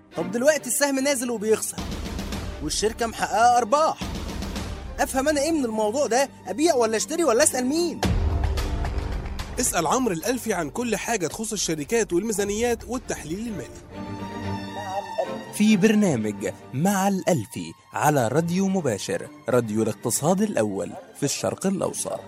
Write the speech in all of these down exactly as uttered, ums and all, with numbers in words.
طب دلوقتي السهم نازل وبيخسر والشركة محققة أرباح، أفهم أنا إيه من الموضوع ده؟ أبيع ولا أشتري ولا أسأل مين؟ اسأل عمرو الألفي عن كل حاجة تخص الشركات والميزانيات والتحليل المالي في برنامج مع الألفي على راديو مباشر، راديو الاقتصاد الأول في الشرق الأوسط.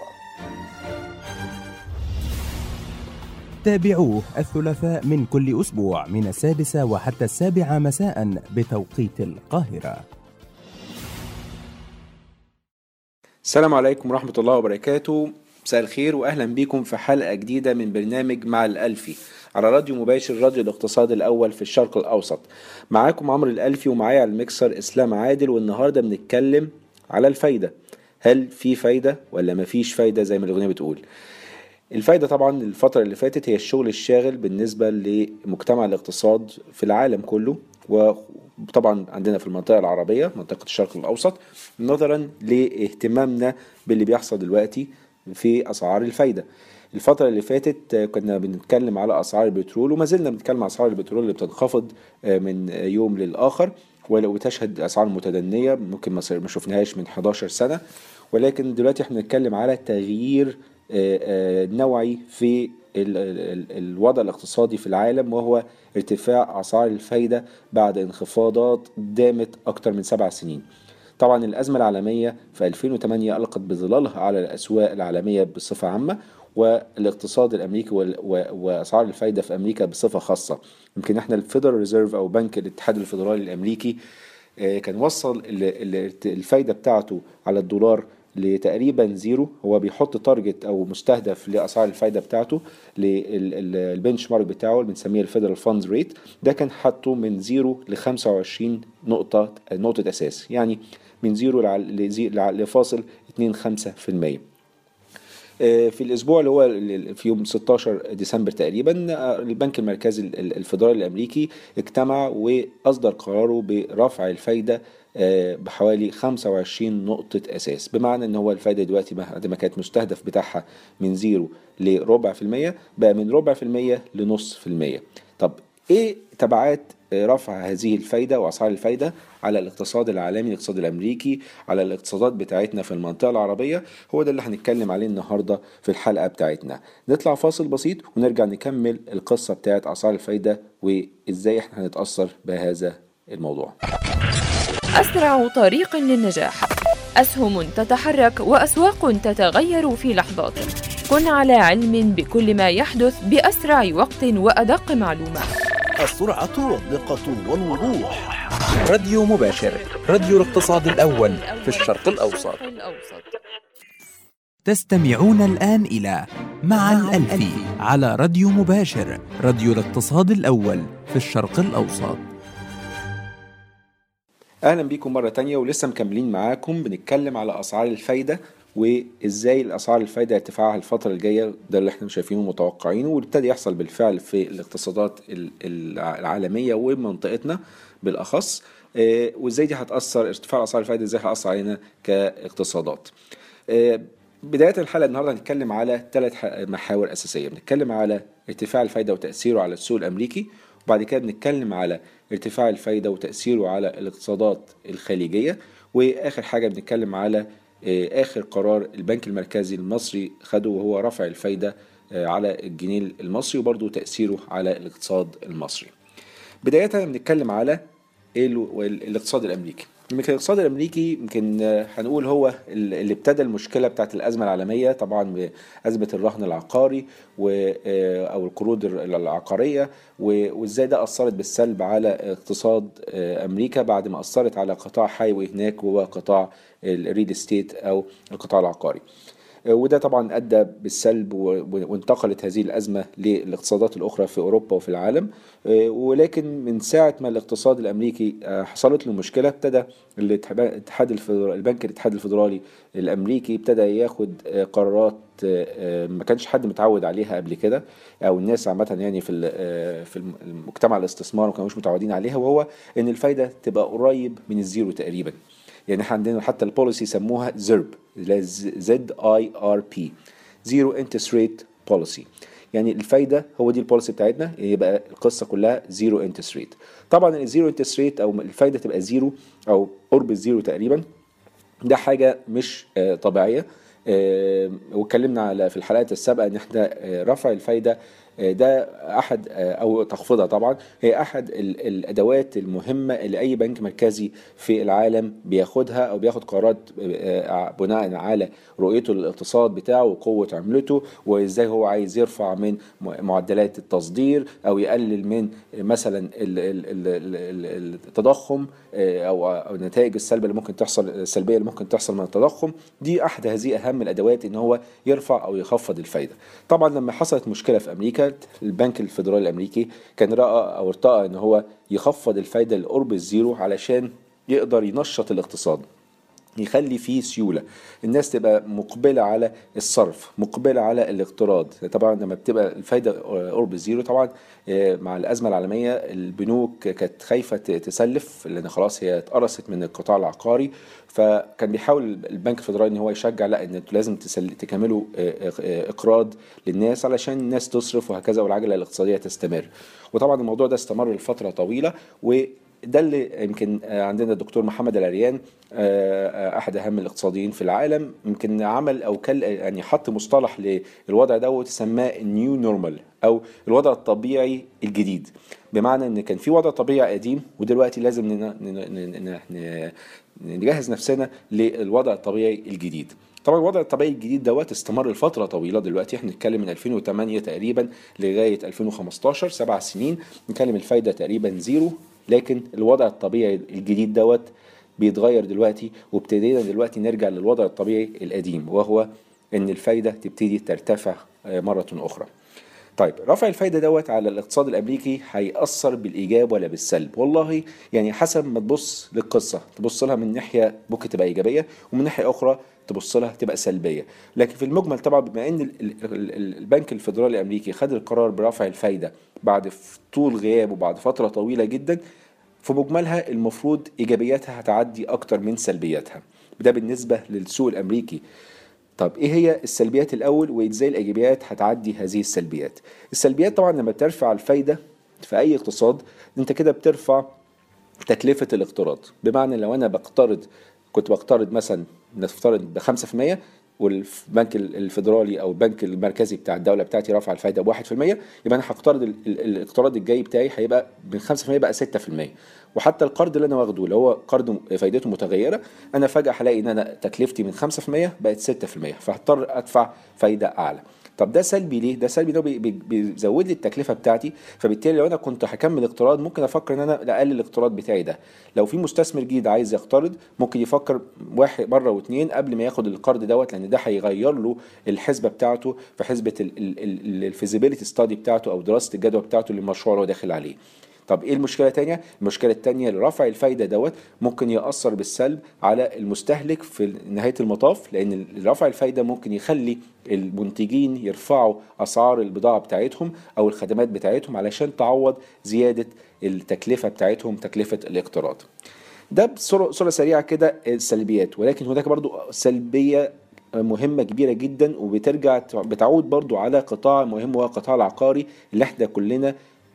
تابعوه الثلاثاء من كل أسبوع من السادسة وحتى السابعة مساء بتوقيت القاهرة. السلام عليكم ورحمة الله وبركاته. مساء الخير وأهلا بكم في حلقة جديدة من برنامج مع الألفي على راديو مباشر، راديو الاقتصاد الأول في الشرق الأوسط. معاكم عمرو الألفي ومعايا على المكسر إسلام عادل، والنهاردة بنتكلم على الفايدة. هل في فايدة ولا مفيش فايدة زي ما الأغنية بتقول؟ الفايدة طبعا الفترة اللي فاتت هي الشغل الشاغل بالنسبة لمجتمع الاقتصاد في العالم كله، وطبعا عندنا في المنطقة العربية منطقة الشرق الأوسط، نظرا لاهتمامنا باللي بيحصل دلوقتي في أسعار الفايدة. الفترة اللي فاتت كنا بنتكلم على أسعار البترول، وما زلنا بنتكلم على أسعار البترول اللي بتنخفض من يوم للآخر، ولو بتشهد أسعار متدنية ممكن ما شفناهاش من حداشر سنة. ولكن دلوقتي احنا بنتكلم على تغيير نوعي في الوضع الاقتصادي في العالم، وهو ارتفاع أسعار الفايدة بعد انخفاضات دامت أكثر من سبع سنين. طبعا الأزمة العالمية في ألفين وثمانية ألقت بظلالها على الأسواق العالمية بصفة عامة، والاقتصاد الأمريكي وأسعار الفايدة في أمريكا بصفة خاصة. يمكن احنا الفيدرال ريزيرف أو بنك الاتحاد الفيدرالي الأمريكي كان وصل الفايدة بتاعته على الدولار لتقريبا زيرو. هو بيحط تارجت او مستهدف لاسعار الفايده بتاعته للبنش مارك بتاعه اللي بنسميه الفيدرال فاندز ريت، ده كان حاطه من زيرو ل خمسة وعشرين نقطه نقطه اساس، يعني من زيرو لفاصل اتنين وخمسين بالمية. في الاسبوع اللي هو في يوم ستاشر ديسمبر تقريبا، البنك المركزي الفيدرالي الامريكي اجتمع واصدر قراره برفع الفايده بحوالي خمسة وعشرين نقطة أساس، بمعنى أن هو الفايدة دلوقتي بعد ما كانت مستهدف بتاعها من زيرو لربع في المية، بقى من ربع في المية لنص في المية. طب إيه تبعات رفع هذه الفايدة وأسعار الفايدة على الاقتصاد العالمي، الاقتصاد الأمريكي، على الاقتصادات بتاعتنا في المنطقة العربية؟ هو ده اللي هنتكلم عليه النهاردة في الحلقة بتاعتنا. نطلع فاصل بسيط ونرجع نكمل القصة بتاعت أسعار الفايدة وإزاي احنا هنتأثر بهذا الموضوع. أسرع طريق للنجاح، أسهم تتحرك وأسواق تتغير في لحظات. كن على علم بكل ما يحدث بأسرع وقت وأدق معلومات. السرعة والدقة والوضوح. راديو مباشر، راديو الاقتصاد الأول في الشرق الأوسط. تستمعون الآن إلى مع الألفي على راديو مباشر، راديو الاقتصاد الأول في الشرق الأوسط. أهلا بكم مرة تانية، ولسه مكملين معاكم بنتكلم على أسعار الفايدة وإزاي الأسعار الفايدة ارتفاعها الفترة الجاية، ده اللي احنا شايفينه ومتوقعينه، وابتدى يحصل بالفعل في الاقتصادات العالمية ومنطقتنا بالأخص. وإزاي دي هتأثر ارتفاع أسعار الفايدة، إزاي هتأثر علينا كاقتصادات. بداية الحلقة النهاردة هنتكلم على ثلاث محاور أساسية. بنتكلم على ارتفاع الفايدة وتأثيره على السوق الأمريكي، وبعد كده بنتكلم على ارتفاع الفايدة وتأثيره على الاقتصادات الخليجية، وآخر حاجة بنتكلم على آخر قرار البنك المركزي المصري خده وهو رفع الفايدة على الجنيه المصري وبرضه تأثيره على الاقتصاد المصري. بداية بنتكلم على الاقتصاد الأمريكي. يمكن الاقتصاد الامريكي يمكن هنقول هو اللي ابتدى المشكله بتاعت الازمه العالميه، طبعا بازمه الرهن العقاري او القروض العقاريه، وازاي ده اثرت بالسلب على اقتصاد امريكا بعد ما اثرت على قطاع حيوي هناك وهو قطاع الريل استيت او القطاع العقاري. وده طبعا أدى بالسلب وانتقلت هذه الأزمة للاقتصادات الأخرى في أوروبا وفي العالم. ولكن من ساعة ما الاقتصاد الأمريكي حصلت له مشكلة، ابتدى الاتحاد البنك الاتحاد الفيدرالي الأمريكي ابتدى ياخد قرارات ما كانش حد متعود عليها قبل كده، أو الناس عامة يعني في في المجتمع الاستثمار ما كانوش متعودين عليها، وهو إن الفايدة تبقى قريب من الزيرو تقريبا. يعني احنا عندنا حتى البوليسي سموها زيرب، زد اي ار بي، زيرو انترست ريت بوليسي. يعني الفايده هو دي البوليسي بتاعتنا، يبقى القصه كلها زيرو انترست ريت. طبعا الزيرو انترست ريت او الفايده تبقى زيرو او قرب الزيرو تقريبا، ده حاجه مش طبيعيه. واتكلمنا على في الحلقات السابقه ان احنا رفع الفايده ده احد او تخفيضها طبعا هي احد الادوات المهمه اللي اي بنك مركزي في العالم بياخدها او بياخد قرارات بناء على رؤيته للاقتصاد بتاعه وقوه عملته، وازاي هو عايز يرفع من معدلات التصدير او يقلل من مثلا التضخم او النتائج السلبيه اللي ممكن تحصل السلبيه اللي ممكن تحصل من التضخم. دي احد هذه اهم الادوات ان هو يرفع او يخفض الفايده. طبعا لما حصلت مشكله في امريكا البنك الفيدرالي الامريكي كان رأى او ارتأى ان هو يخفض الفايده لقرب الزيرو علشان يقدر ينشط الاقتصاد، يخلي فيه سيوله، الناس تبقى مقبله على الصرف، مقبله على الاقتراض. طبعا لما بتبقى الفايده قرب الزيرو طبعا مع الازمه العالميه البنوك كانت خايفه تسلف لان خلاص هي اتقرصت من القطاع العقاري، فكان بيحاول البنك الفيدرالي ان هو يشجع لا ان انتوا لازم تكملوا اقراض للناس علشان الناس تصرف وهكذا والعجله الاقتصاديه تستمر. وطبعا الموضوع ده استمر لفتره طويله، و ده اللي يمكن عندنا الدكتور محمد العريان احد اهم الاقتصاديين في العالم يمكن عمل او كل يعني حط مصطلح للوضع ده وسماه النيو نورمال او الوضع الطبيعي الجديد، بمعنى ان كان في وضع طبيعي قديم ودلوقتي لازم نجهز نفسنا للوضع الطبيعي الجديد. طبعا الوضع الطبيعي الجديد دوت استمر لفتره طويله، دلوقتي احنا نتكلم من ألفين وثمانية تقريبا لغايه ألفين وخمستاشر، سبع سنين، نتكلم الفايده تقريبا زيرو، لكن الوضع الطبيعي الجديد دوت بيتغير دلوقتي، وابتدينا دلوقتي نرجع للوضع الطبيعي القديم وهو ان الفايده تبتدي ترتفع مره اخرى. طيب رفع الفايده دوت على الاقتصاد الامريكي هيأثر بالايجاب ولا بالسلب؟ والله يعني حسب ما تبص للقصه، تبص لها من ناحيه ممكن تبقى ايجابيه ومن ناحيه اخرى تبص لها تبقى سلبيه، لكن في المجمل طبعا بما ان البنك الفيدرالي الامريكي خد القرار برفع الفايده بعد طول غياب وبعد فتره طويله جدا، في مجملها المفروض ايجابياتها هتعدي اكتر من سلبياتها. ده بالنسبه للسوق الامريكي. طب ايه هي السلبيات الاول وازاي الايجابيات هتعدي هذه السلبيات؟ السلبيات طبعا لما بترفع الفايده في اي اقتصاد انت كده بترفع تكلفه الاقتراض، بمعنى لو انا بقترض كنت بقترض مثلا نفترض ب خمسة في المية والبنك الفيدرالي او البنك المركزي بتاع الدوله بتاعتي رفع الفايده ب واحد في المية، يبقى انا هقترض الاقتراض الجاي بتاعي هيبقى من خمسة في المية بقى ستة في المية، وحتى القرض اللي انا واخده اللي هو قرض فايدته متغيره انا فجاه هلاقي ان انا تكلفتي من خمسة في المية بقت ستة في المية، فهضطر ادفع فايده اعلى. طب ده سلبي ليه؟ ده سلبي ده بيزود لي التكلفه بتاعتي، فبالتالي لو انا كنت هكمل اقتراض ممكن افكر ان انا اقلل الاقتراض بتاعي ده. لو في مستثمر جديد عايز يقترض ممكن يفكر واحد مره واثنين قبل ما ياخد القرض دوت، لان ده هيغير له الحسبه بتاعته في حسبه الفيزيبيليتي ستادي بتاعته او دراسه الجدوى بتاعته للمشروع اللي هو داخل عليه. طب ايه المشكله الثانيه؟ المشكله الثانيه لرفع الفايده دوت ممكن ياثر بالسلب على المستهلك في نهايه المطاف، لان رفع الفايده ممكن يخلي المنتجين يرفعوا اسعار البضاعه بتاعتهم او الخدمات بتاعتهم علشان تعوض زياده التكلفه بتاعتهم، تكلفه الاقتراض. ده بصوره سريعه كده السلبيات، ولكن هناك برضو سلبيه مهمة كبيرة جدا وبترجع بتعود برضو على قطاع مهم وهو القطاع العقاري اللي احنا كلنا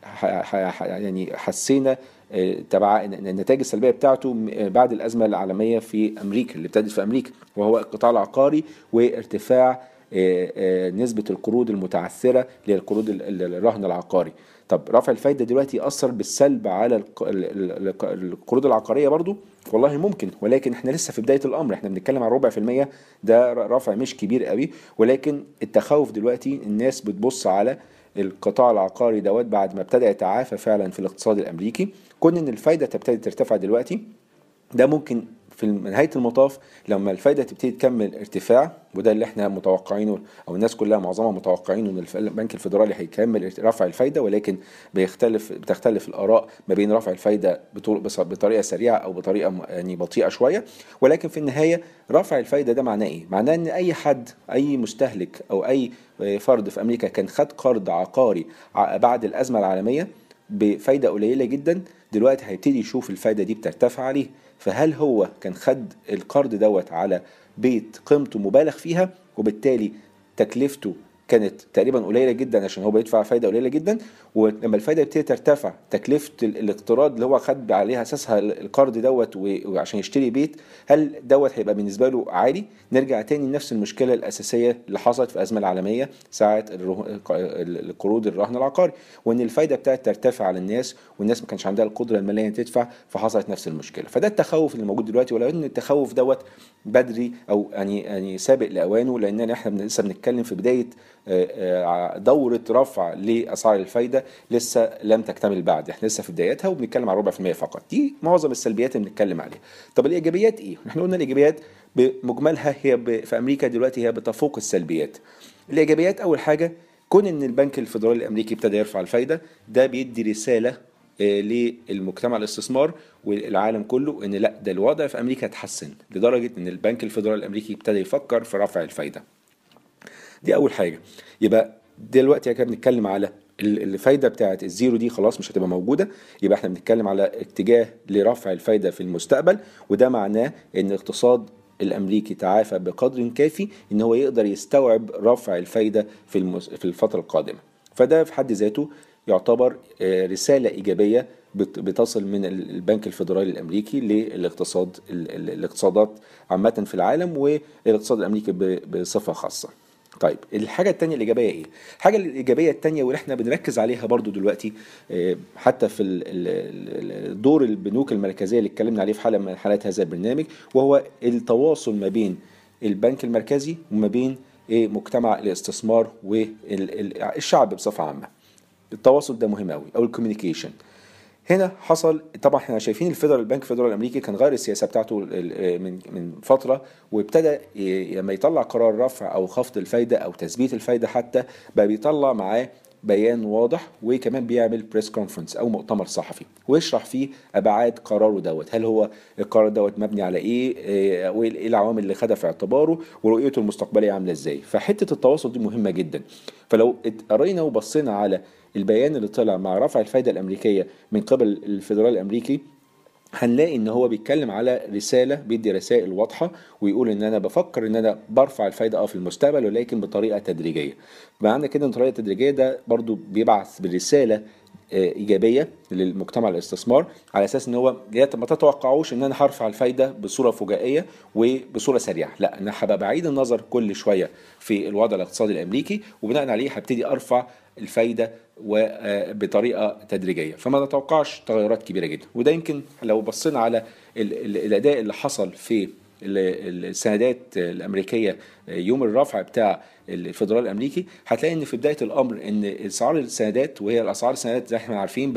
يعني حسينا تبع النتائج السلبيه بتاعته بعد الازمه العالميه في امريكا اللي ابتدت في امريكا، وهو القطاع العقاري وارتفاع نسبه القروض المتعثره للقروض الرهن العقاري. طب رفع الفايده دلوقتي ياثر بالسلب على القروض العقاريه برضو؟ والله ممكن، ولكن احنا لسه في بدايه الامر، احنا بنتكلم عن ربع في المية، ده رفع مش كبير قوي، ولكن التخوف دلوقتي الناس بتبص على القطاع العقاري دوت بعد ما ابتدى يتعافى فعلا في الاقتصاد الامريكي. كون ان الفايده تبتدي ترتفع دلوقتي ده ممكن في نهايه المطاف لما الفايده تبتدي تكمل ارتفاع، وده اللي احنا متوقعينه او الناس كلها معظمها متوقعين ان البنك الفيدرالي هيكمل رفع الفايده، ولكن بيختلف بتختلف الاراء ما بين رفع الفايده بطريقه سريعه او بطريقه يعني بطيئه شويه. ولكن في النهايه رفع الفايده ده معناه ايه؟ معناه ان اي حد اي مستهلك او اي فرد في امريكا كان خد قرض عقاري بعد الازمه العالميه بفايده قليله جدا، دلوقتي هيبتدي يشوف الفايده دي بترتفع عليه. فهل هو كان خد القرض دوت على بيت قيمته مبالغ فيها وبالتالي تكلفته كانت تقريبا قليله جدا عشان هو بيدفع فايده قليله جدا، ولما الفايده بتبتدي ترتفع تكلفه الاقتراض اللي هو خد عليها اساسها القرض دوت وعشان يشتري بيت، هل دوت هيبقى بالنسبه له عالي؟ نرجع تاني لنفس المشكله الاساسيه اللي حصلت في الازمه العالميه ساعه القروض الرهن العقاري، وان الفايده بتاعت ترتفع على الناس والناس ما كانش عندها القدره الماليه ان تدفع، فحصلت نفس المشكله. فده التخوف اللي موجود دلوقتي، ولو ان التخوف دوت بدري او يعني يعني سابق لاوانه، لان احنا لسه بنتكلم في بدايه دوره رفع لاسعار الفايده لسه لم تكتمل بعد، احنا لسه في بدايتها وبنتكلم على ربع في المية فقط. دي معظم السلبيات اللي بنتكلم عليها. طب الايجابيات ايه؟ احنا قلنا الايجابيات بمجملها هي في امريكا دلوقتي هي بتفوق السلبيات. الايجابيات اول حاجه كون ان البنك الفيدرالي الامريكي ابتدى يرفع الفايده، ده بيدي رساله للمجتمع الاستثمار والعالم كله ان لا، ده الوضع في امريكا اتحسن لدرجه ان البنك الفيدرالي الامريكي ابتدى يفكر في رفع الفايده. دي اول حاجه. يبقى دلوقتي احنا بنتكلم على الفايده بتاعه الزيرو دي خلاص مش هتبقى موجوده، يبقى احنا بنتكلم على اتجاه لرفع الفايده في المستقبل، وده معناه ان الاقتصاد الامريكي تعافى بقدر كافي ان هو يقدر يستوعب رفع الفايده في في الفتره القادمه. فده في حد ذاته يعتبر رساله ايجابيه بتصل من البنك الفيدرالي الامريكي للاقتصاد الاقتصادات عامه في العالم والاقتصاد الامريكي بصفه خاصه. طيب الحاجة التانية الإيجابية إيه؟ الحاجة الإيجابية التانية واللي احنا بنركز عليها برضو دلوقتي حتى في دور البنوك المركزية اللي اتكلمنا عليه في حالة من حالات هذا البرنامج، وهو التواصل ما بين البنك المركزي وما بين مجتمع الاستثمار والشعب بصفة عامة. التواصل ده مهم قوي، أو الكوميونيكيشن. هنا حصل طبعا احنا شايفين الفيدرال البنك الفيدرالي الامريكي كان غير السياسه بتاعته من من فتره، وابتدى لما يطلع قرار رفع او خفض الفايده او تثبيت الفايده حتى بقى بيطلع معاه بيان واضح، وكمان بيعمل بريس كونفرنس او مؤتمر صحفي ويشرح فيه ابعاد قراره دوت، هل هو القرار دوت مبني على ايه، وايه العوامل اللي خدها في اعتباره، ورؤيته المستقبليه عامله ازاي. فحته التواصل دي مهمه جدا. فلو قرينا وبصينا على البيان اللي طلع مع رفع الفايده الامريكيه من قبل الفيدرالي الامريكي، هنلاقي ان هو بيتكلم على رساله، بيدي رسائل واضحه ويقول ان انا بفكر ان انا برفع الفايده اه في المستقبل ولكن بطريقه تدريجيه. معنى كده ان الطريقه التدريجيه ده برضو بيبعث بالرساله ايجابيه للمجتمع الاستثمار، على اساس ان هو ما تتوقعوش ان انا هرفع الفايده بصوره فجائيه وبصوره سريعه، لا انا هبقى بعيد النظر كل شويه في الوضع الاقتصادي الامريكي، وبناء عليه هبتدي ارفع الفايده وبطريقه تدريجيه، فما نتوقعش تغيرات كبيره جدا. وده يمكن لو بصينا على الاداء اللي حصل في السندات الامريكيه يوم الرفع بتاع الفيدرالي الامريكي، هتلاقي ان في بدايه الامر ان اسعار السندات، وهي الاسعار السندات زي ما احنا عارفين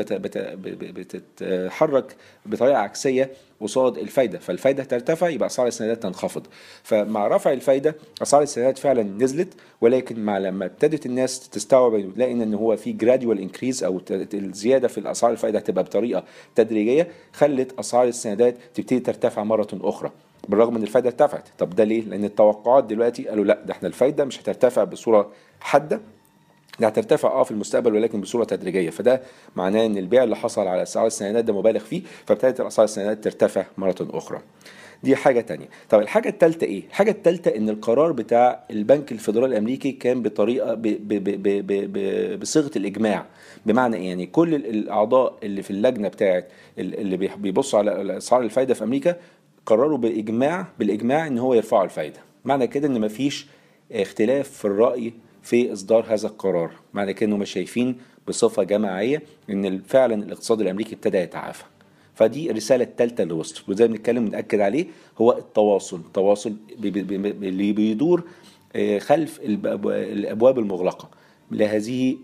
بتتحرك بطريقه عكسيه قصاد الفايده، فالفايده ترتفع يبقى اسعار السندات تنخفض. فمع رفع الفايده اسعار السندات فعلا نزلت، ولكن مع لما ابتدت الناس تستوعب وتلاقي ان هو في جراديوال انكريز او الزياده في الاسعار الفايده هتبقى بطريقه تدريجيه، خلت اسعار السندات تبتدي ترتفع مره اخرى بالرغم ان الفايده ارتفعت. طب ده ليه؟ لان التوقعات دلوقتي قالوا لا، ده احنا الفايده مش هترتفع بصوره حاده، ده هترتفع اه في المستقبل ولكن بصوره تدريجيه. فده معناه ان البيع اللي حصل على اسعار السندات ده مبالغ فيه، فابتدت اسعار السندات ترتفع مره اخرى. دي حاجه تانية. طب الحاجه الثالثه ايه؟ الحاجه الثالثه ان القرار بتاع البنك الفيدرالي الامريكي كان بطريقه ب ب ب ب ب بصيغه الاجماع. بمعنى ايه؟ يعني كل الاعضاء اللي في اللجنه بتاعه اللي بيبصوا على اسعار الفايده في امريكا قرروا بالاجماع بالاجماع ان هو يرفعوا الفايده. معنى كده ان مفيش اختلاف في الراي في اصدار هذا القرار، معنى كده انهم شايفين بصفه جماعيه ان فعلا الاقتصاد الامريكي ابتدى يتعافى. فدي الرساله الثالثه اللي وصلت، وزي ما بنتكلم بنأكد عليه هو التواصل، التواصل اللي بيدور خلف الابواب المغلقه لهذه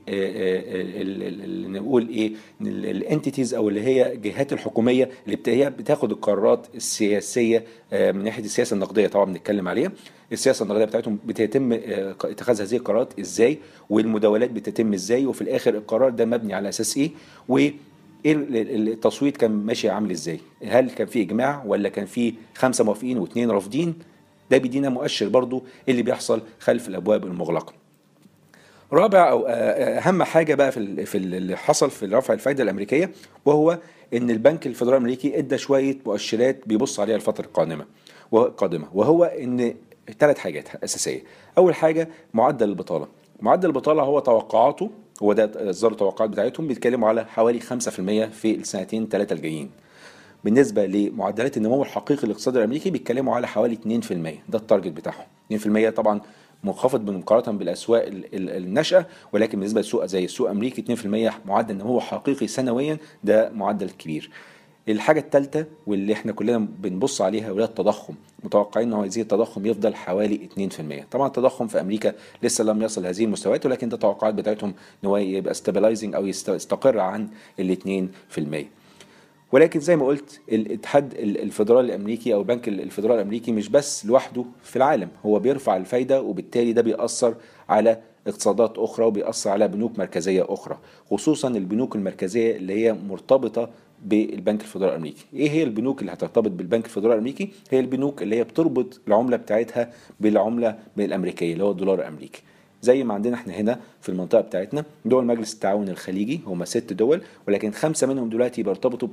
نقول ايه الانتيتيز او اللي هي جهات الحكوميه اللي هي بتاخد القرارات السياسيه من ناحيه السياسه النقديه. طبعا بنتكلم عليها السياسه النقديه بتاعتهم بتتم اتخاذ هذه القرارات ازاي، والمداولات بتتم ازاي، وفي الاخر القرار ده مبني على اساس ايه، وايه التصويت كان ماشي عامل ازاي، هل كان في اجماع ولا كان في خمسه موافقين واثنين رافضين. ده بيدينا مؤشر برضو اللي بيحصل خلف الابواب المغلقه. رابع او اهم حاجه بقى في في اللي حصل في رفع الفائده الامريكيه، وهو ان البنك الفيدرالي الامريكي ادى شويه مؤشرات بيبص عليها الفتره القادمه وقادمه وهو ان ثلاث حاجات اساسيه. اول حاجه معدل البطاله. معدل البطاله هو توقعاته، هو ده اصدار التوقعات بتاعتهم، بيتكلموا على حوالي خمسة في المية في السنتين ثلاثه الجايين. بالنسبه لمعدلات النمو الحقيقي للاقتصاد الامريكي بيتكلموا على حوالي اتنين في المية، ده التارجت بتاعهم. اتنين في المية طبعا منخفض مقارنه بالاسواق الناشئه، ولكن بالنسبه لسوق زي السوق الامريكي اتنين في المية معدل نمو حقيقي سنويا، ده معدل كبير. الحاجه الثالثه واللي احنا كلنا بنبص عليها وهي التضخم، متوقعين ان هو يزيد التضخم يفضل حوالي اتنين في المية. طبعا التضخم في امريكا لسه لم يصل هذه المستويات، ولكن ده توقعات بتاعتهم ان هو يبقى ستابلايزنج او يستقر عن ال اتنين في المية. ولكن زي ما قلت الاتحاد الفيدرالي الامريكي او البنك الفيدرالي الامريكي مش بس لوحده في العالم، هو بيرفع الفايده، وبالتالي ده بيأثر على اقتصادات اخرى وبيأثر على بنوك مركزيه اخرى، خصوصا البنوك المركزيه اللي هي مرتبطه بالبنك الفيدرالي الامريكي. ايه هي البنوك اللي هترتبط بالبنك الفيدرالي الامريكي؟ هي البنوك اللي هي بتربط العمله بتاعتها بالعمله الامريكيه اللي هو الدولار الامريكي. زي ما عندنا احنا هنا في المنطقه بتاعتنا دول مجلس التعاون الخليجي، هم ست دول، ولكن خمسه منهم دلوقتي بيرتبطوا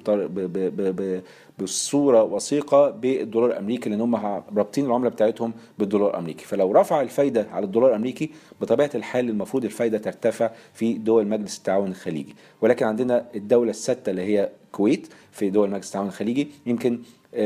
بصوره وثيقه بالدولار الامريكي، لان هم رابطين العمله بتاعتهم بالدولار الامريكي. فلو رفع الفايده على الدولار الامريكي بطبيعه الحال المفروض الفايده ترتفع في دول مجلس التعاون الخليجي. ولكن عندنا الدوله السادسه اللي هي الكويت في دول مجلس التعاون الخليجي، يمكن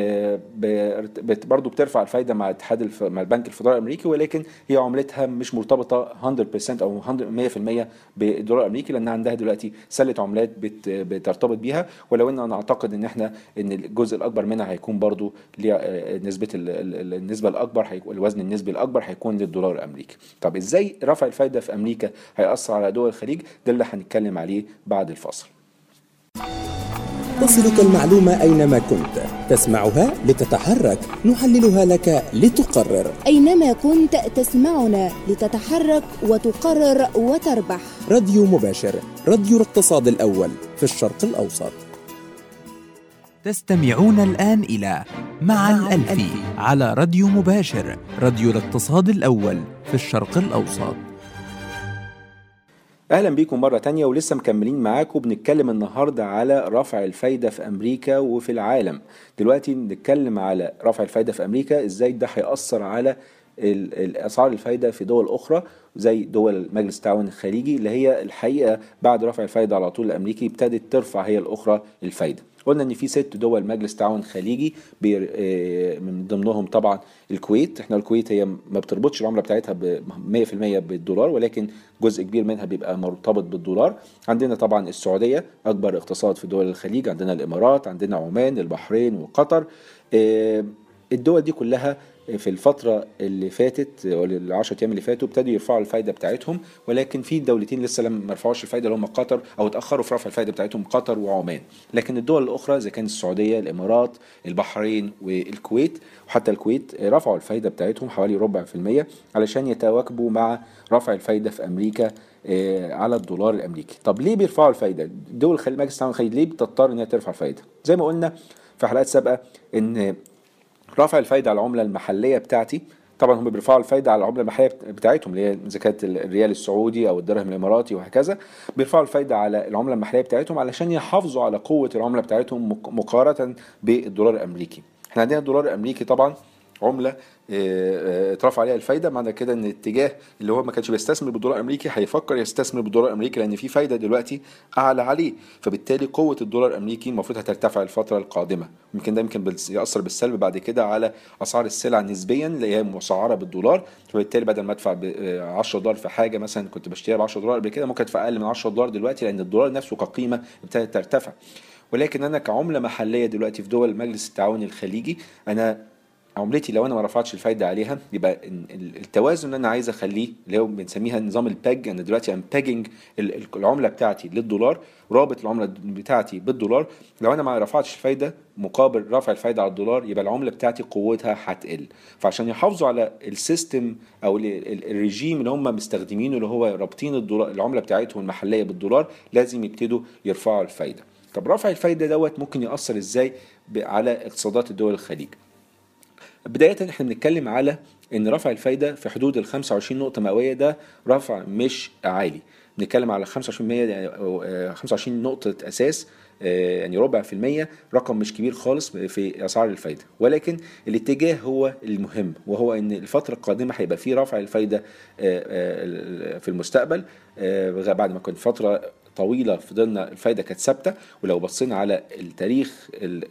برضو بترفع الفايدة مع اتحاد مع البنك الفيدرالي الامريكي، ولكن هي عملتها مش مرتبطة مية بالمية او مية في المية بالدولار الامريكي، لان عندها دلوقتي سلة عملات بترتبط بيها. ولو ان انا اعتقد ان احنا ان الجزء الاكبر منها هيكون برضو نسبة النسبة الاكبر، الوزن النسبي الاكبر هيكون للدولار الامريكي. طب ازاي رفع الفايدة في امريكا هيأثر على دول الخليج؟ ده اللي هنتكلم عليه بعد الفاصل. تصلك المعلومة أينما كنت، تسمعها لتتحرك، نحللها لك لتقرر. أينما كنت تسمعنا لتتحرك وتقرر وتربح. راديو مباشر، راديو الاقتصاد الأول في الشرق الأوسط. تستمعون الآن إلى مع الألفي على راديو مباشر، راديو الاقتصاد الأول في الشرق الأوسط. اهلا بيكم مره تانية، ولسه مكملين معاكم بنتكلم النهارده على رفع الفايده في امريكا وفي العالم. دلوقتي بنتكلم على رفع الفايده في امريكا، ازاي ده هيأثر على الاسعار الفايده في دول اخرى زي دول مجلس التعاون الخليجي، اللي هي الحقيقه بعد رفع الفايده على طول الامريكي ابتدت ترفع هي الاخرى الفايده. قلنا ان في ست دول مجلس تعاون خليجي من ضمنهم طبعا الكويت. احنا الكويت هي ما بتربطش العمله بتاعتها ب مية في المية بالدولار، ولكن جزء كبير منها بيبقى مرتبط بالدولار. عندنا طبعا السعوديه اكبر اقتصاد في دول الخليج، عندنا الامارات، عندنا عمان، البحرين وقطر. الدول دي كلها في الفترة اللي فاتت ولا العشرة أيام اللي فاتوا ابتدوا يرفعوا الفايدة بتاعتهم، ولكن في دولتين لسه لم يرفعوش الفايدة اللي هم قطر، أو اتأخروا في رفع الفايدة بتاعتهم، قطر وعمان. لكن الدول الأخرى زي كانت السعودية، الإمارات، البحرين والكويت، وحتى الكويت رفعوا الفايدة بتاعتهم حوالي ربع في المية علشان يتواكبوا مع رفع الفايدة في أمريكا على الدولار الأمريكي. طب ليه بيرفعوا الفايدة؟ دول مجلس التعاون الخليجي ليه بتضطر إنها ترفع الفايدة؟ زي ما قلنا في حلقات سابقة إن رفع الفايدة على العملة المحلية بتاعتي، طبعا هم بيرفعوا الفايدة على العملة المحلية بتاعتهم اللي هي إذا كانت الريال السعودي أو الدرهم الإماراتي وهكذا، بيرفعوا الفايدة على العملة المحلية بتاعتهم علشان يحافظوا على قوة العملة بتاعتهم مقارنة بالدولار الأمريكي. احنا عندنا الدولار الأمريكي طبعا عملة اترفع عليها الفايده، معنى كده ان الاتجاه اللي هو ما كانش بيستثمر بالدولار الامريكي هيفكر يستثمر بالدولار الامريكي، لان في فايده دلوقتي اعلى عليه، فبالتالي قوه الدولار الامريكي المفروض هترتفع الفتره القادمه. يمكن ده يمكن ياثر بالسلب بعد كده على اسعار السلع نسبيا اللي هي مسعره بالدولار، فبالتالي بدل ما ادفع ب عشرة دولار في حاجه مثلا كنت بشتريها ب عشرة دولار قبل كده، ممكن ادفع اقل من عشرة دولار دلوقتي، لان الدولار نفسه كقيمه ابتدت ترتفع. ولكن انا كعمله محليه دلوقتي في دول مجلس التعاون الخليجي، انا عملتي لو انا ما رفعتش الفايده عليها يبقى التوازن اللي انا عايز اخليه اللي هو بنسميها نظام الباج. انا دلوقتي ام باجنج العمله بتاعتي للدولار، رابط العمله بتاعتي بالدولار. لو انا ما رفعتش الفايده مقابل رفع الفايده على الدولار يبقى العمله بتاعتي قوتها هتقل. فعشان يحافظوا على السيستم او الريجيم اللي هم مستخدمينه اللي هو رابطين الدولار العمله بتاعتهم المحليه بالدولار، لازم يبتدوا يرفعوا الفايده. طب رفع الفايده دوت ممكن ياثر ازاي على اقتصادات الدول الخليج؟ بداية احنا بنتكلم على ان رفع الفايدة في حدود ال خمسة وعشرين نقطة مئوية، ده رفع مش عالي، بنتكلم على خمسة وعشرين بالمية خمسة وعشرين نقطة اساس يعني ربع في المية، رقم مش كبير خالص في أسعار الفايدة، ولكن الاتجاه هو المهم، وهو ان الفترة القادمة هيبقى فيه رفع الفايدة في المستقبل بعد ما كانت فترة طويلة فضلنا الفايدة كانت ثابتة. ولو بصينا على التاريخ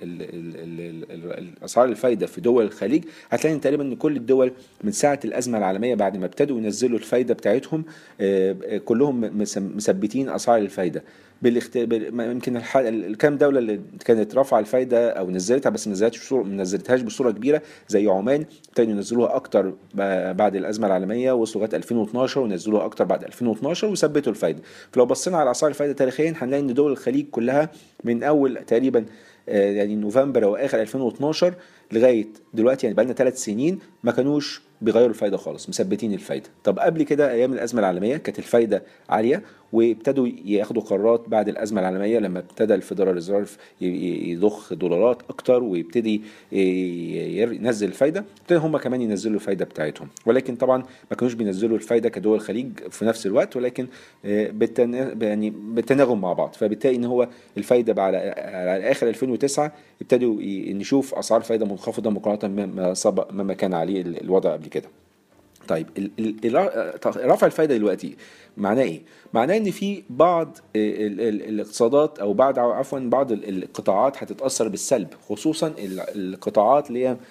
الأسعار الفايدة في دول الخليج هتلاقي تقريبا ان كل الدول من ساعة الأزمة العالمية بعد ما ابتدوا ينزلوا الفايدة بتاعتهم كلهم مثبتين أسعار الفايدة بالاخت... يمكن الح... الكام دولة اللي كانت رافعة الفايدة أو نزلتها بس ما نزلتش بصورة ما نزلتهاش بصورة كبيرة زي عمان، ابتدوا ينزلوها أكتر بعد الأزمة العالمية، وصلوا لغاية ألفين واثناشر ونزلوها أكتر بعد ألفين واثناشر وثبتوا الفايدة. فلو بصينا على أسعار الفايدة تاريخيا هنلاقي إن دول الخليج كلها من أول تقريبا يعني نوفمبر أو آخر ألفين واثناشر لغاية دلوقتي يعني بقالنا ثلاث سنين ما كانوش بيغيروا الفايدة خالص، مثبتين الفايدة. طب قبل كده أيام الأزمة العالمية كانت الفايدة عالية، وابتدوا ياخدوا قرارات بعد الأزمة العالمية لما ابتدى الفيدرال ريزيرف يضخ دولارات أكتر ويبتدي ينزل الفايدة، ابتدوا هم كمان ينزلوا الفايدة بتاعتهم، ولكن طبعا ما كانوش بينزلوا الفايدة كدول الخليج في نفس الوقت، ولكن يعني بالتناغم مع بعض. فبالتالي ان هو الفايدة على آخر ألفين وتسعة ابتدوا نشوف أسعار فايدة منخفضة مقارنة بما سبق مما كان عليه الوضع قبل كده. طيب رفع الفايدة دلوقتي معناه ايه؟ معناه ان في بعض الاقتصادات او بعض عفوا بعض القطاعات هتتأثر بالسلب، خصوصا القطاعات اللي هي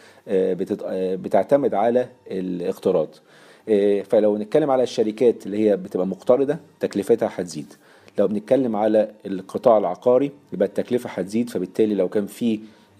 بتعتمد على الاقتراض. فلو نتكلم على الشركات اللي هي بتبقى مقترضة تكلفتها هتزيد. لو بنتكلم على القطاع العقاري يبقى التكلفة هتزيد، فبالتالي لو كان في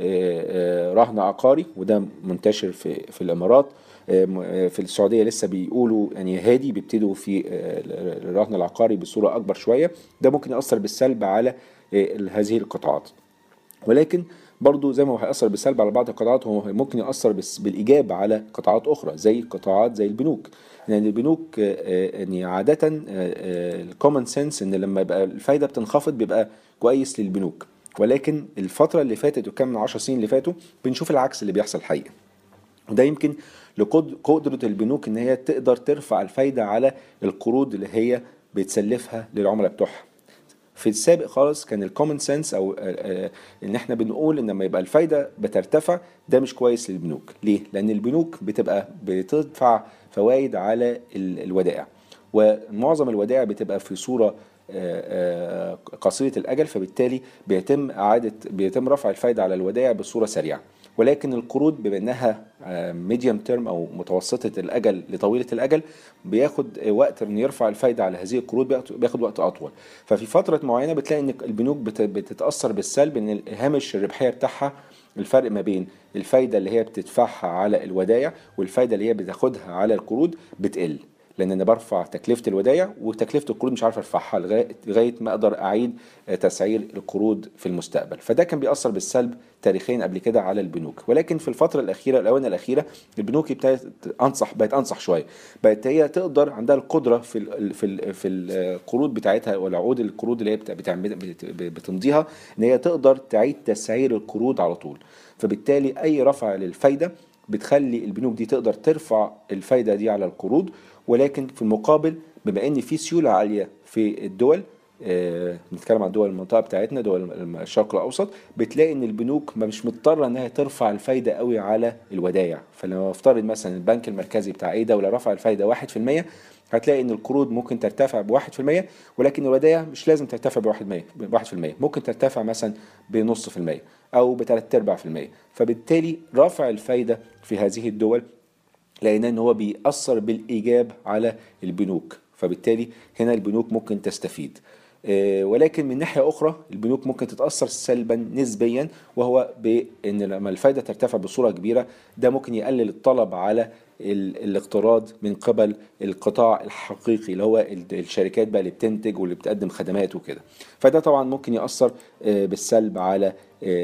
رهن عقاري وده منتشر في في الامارات، في السعوديه لسه بيقولوا يعني هادي بيبتدوا في الرهن العقاري بصوره اكبر شويه، ده ممكن ياثر بالسلب على هذه القطاعات. ولكن برضو زي ما هو هيأثر بالسلب على بعض القطاعات هو ممكن يأثر بالإيجاب على قطاعات أخرى زي قطاعات زي البنوك. يعني البنوك يعني عادة الكومن سنس إن لما يبقى الفايدة بتنخفض بيبقى كويس للبنوك، ولكن الفترة اللي فاتت وكم من عشر سنين اللي فاتوا بنشوف العكس اللي بيحصل حقيقة، وده يمكن لقدرة البنوك إن هي تقدر ترفع الفايدة على القروض اللي هي بتسلفها للعملاء بتوعها. في السابق خالص كان الكومن سنس او ان احنا بنقول ان لما يبقى الفايده بترتفع ده مش كويس للبنوك. ليه؟ لان البنوك بتبقى بتدفع فوائد على الودائع، ومعظم الودائع بتبقى في صوره قصيره الاجل، فبالتالي بيتم اعاده بيتم رفع الفايده على الودائع بصوره سريعه. ولكن القروض بما انها ميديوم تيرم او متوسطه الاجل لطويله الاجل بياخد وقت ان يرفع الفايده على هذه القروض، بياخد وقت اطول. ففي فتره معينه بتلاقي ان البنوك بتتاثر بالسلب ان هامش الربحيه بتاعها، الفرق ما بين الفايده اللي هي بتدفعها على الودائع والفايده اللي هي بتاخدها على القروض بتقل، لان انا برفع تكلفه الودائع وتكلفه القروض مش عارف ارفعها لغايه ما اقدر اعيد تسعير القروض في المستقبل. فده كان بيأثر بالسلب تاريخيا قبل كده على البنوك. ولكن في الفتره الاخيره الاونه الاخيره البنوك ابتدت انصح بقت انصح شويه، بقت هي تقدر عندها القدره في ال في ال في القروض بتاعتها والعقود القروض اللي هي بتعمل بتمضيها ان هي تقدر تعيد تسعير القروض على طول. فبالتالي اي رفع للفايده بتخلي البنوك دي تقدر ترفع الفايده دي على القروض، ولكن في المقابل بما ان في سيوله عاليه في الدول، آه نتكلم عن دول المنطقه بتاعتنا دول الشرق الاوسط، بتلاقي ان البنوك مش مضطره انها ترفع الفايده قوي على الودائع. فلما افترض مثلا البنك المركزي بتاع اي دوله رفع الفايده واحد في المية، هتلاقي ان القروض ممكن ترتفع بواحد في المية، ولكن الودائع مش لازم ترتفع بواحد في المية، ممكن ترتفع مثلا بنص في المية او بثلاث ارباع في المية. فبالتالي رفع الفايده في هذه الدول لأن إن هو بيأثر بالإيجاب على البنوك، فبالتالي هنا البنوك ممكن تستفيد. ولكن من ناحية أخرى البنوك ممكن تتأثر سلبا نسبيا، وهو بأن لما الفايدة ترتفع بصورة كبيرة ده ممكن يقلل الطلب على الاقتراض من قبل القطاع الحقيقي اللي هو الشركات بقى اللي بتنتج واللي بتقدم خدمات وكده. فده طبعا ممكن يأثر بالسلب على